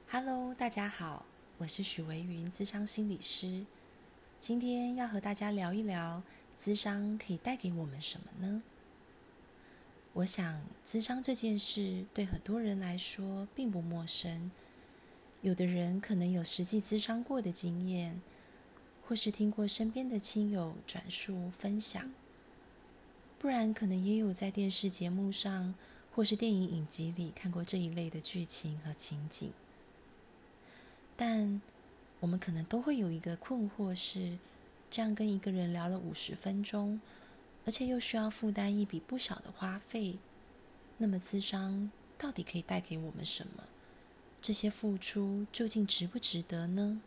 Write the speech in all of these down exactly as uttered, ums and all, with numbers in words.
Hello，大家好，我是许维云，諮商心理师。今天要和大家聊一聊，諮商可以带给我们什么呢？我想，諮商这件事对很多人来说并不陌生。有的人可能有实际諮商过的经验，或是听过身边的亲友转述分享，不然可能也有在电视节目上或是电影影集里看过这一类的剧情和情景。但我们可能都会有一个困惑是，这样跟一个人聊了五十分钟，而且又需要负担一笔不小的花费，那么諮商到底可以带给我们什么？这些付出究竟值不值得呢？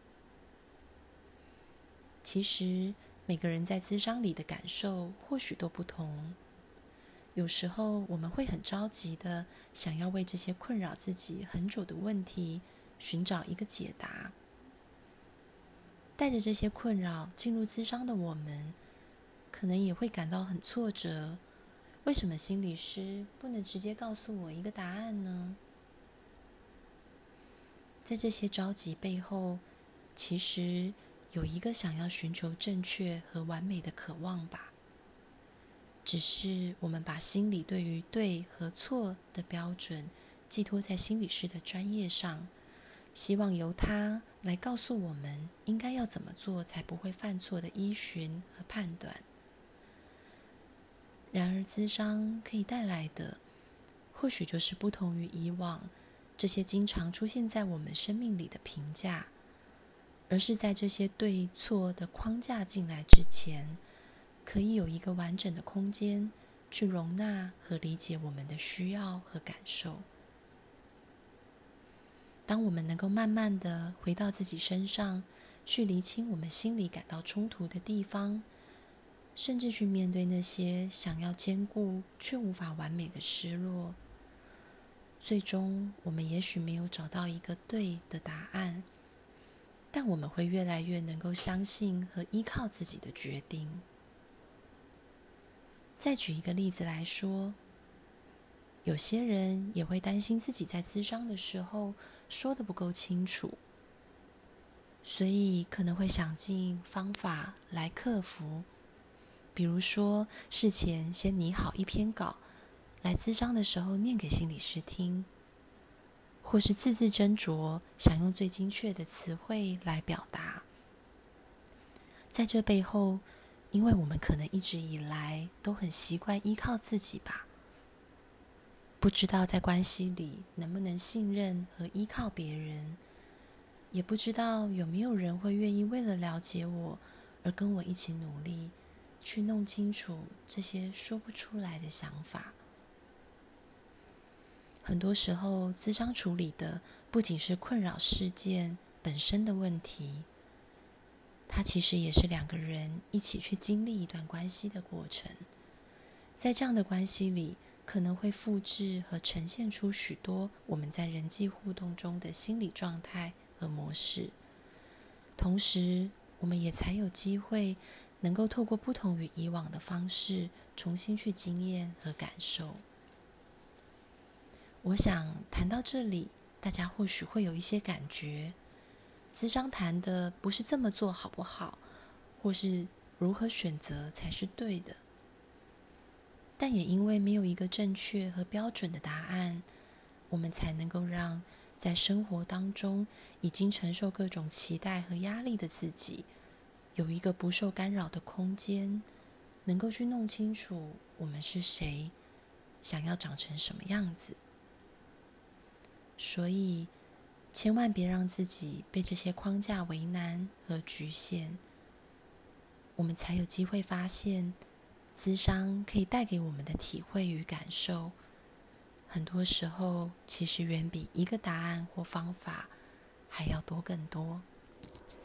其实每个人在諮商里的感受或许都不同。有时候我们会很着急的想要为这些困扰自己很久的问题寻找一个解答。带着这些困扰进入諮商的我们，可能也会感到很挫折。为什么心理师不能直接告诉我一个答案呢？在这些着急背后，其实有一个想要寻求正确和完美的渴望吧。只是我们把心理对于对和错的标准寄托在心理师的专业上，希望由他来告诉我们应该要怎么做才不会犯错的依循和判断。然而諮商可以带来的，或许就是不同于以往这些经常出现在我们生命里的评价，而是在这些对错的框架进来之前，可以有一个完整的空间去容纳和理解我们的需要和感受。当我们能够慢慢的回到自己身上，去厘清我们心里感到冲突的地方，甚至去面对那些想要兼顾却无法完美的失落，最终我们也许没有找到一个对的答案，但我们会越来越能够相信和依靠自己的决定。再举一个例子来说，有些人也会担心自己在諮商的时候说得不够清楚，所以可能会想尽方法来克服。比如说，事前先拟好一篇稿，来諮商的时候念给心理师听，或是字字斟酌，想用最精确的词汇来表达。在这背后，因为我们可能一直以来都很习惯依靠自己吧，不知道在关系里能不能信任和依靠别人，也不知道有没有人会愿意为了了解我而跟我一起努力，去弄清楚这些说不出来的想法。很多时候，諮商处理的不仅是困扰事件本身的问题，它其实也是两个人一起去经历一段关系的过程。在这样的关系里，可能会复制和呈现出许多我们在人际互动中的心理状态和模式，同时我们也才有机会能够透过不同于以往的方式重新去经验和感受。我想谈到这里，大家或许会有一些感觉，諮商谈的不是这么做好不好，或是如何选择才是对的。但也因为没有一个正确和标准的答案，我们才能够让在生活当中已经承受各种期待和压力的自己，有一个不受干扰的空间，能够去弄清楚我们是谁，想要长成什么样子。所以千万别让自己被这些框架为难和局限，我们才有机会发现諮商可以带给我们的体会与感受，很多时候其实远比一个答案或方法还要多更多。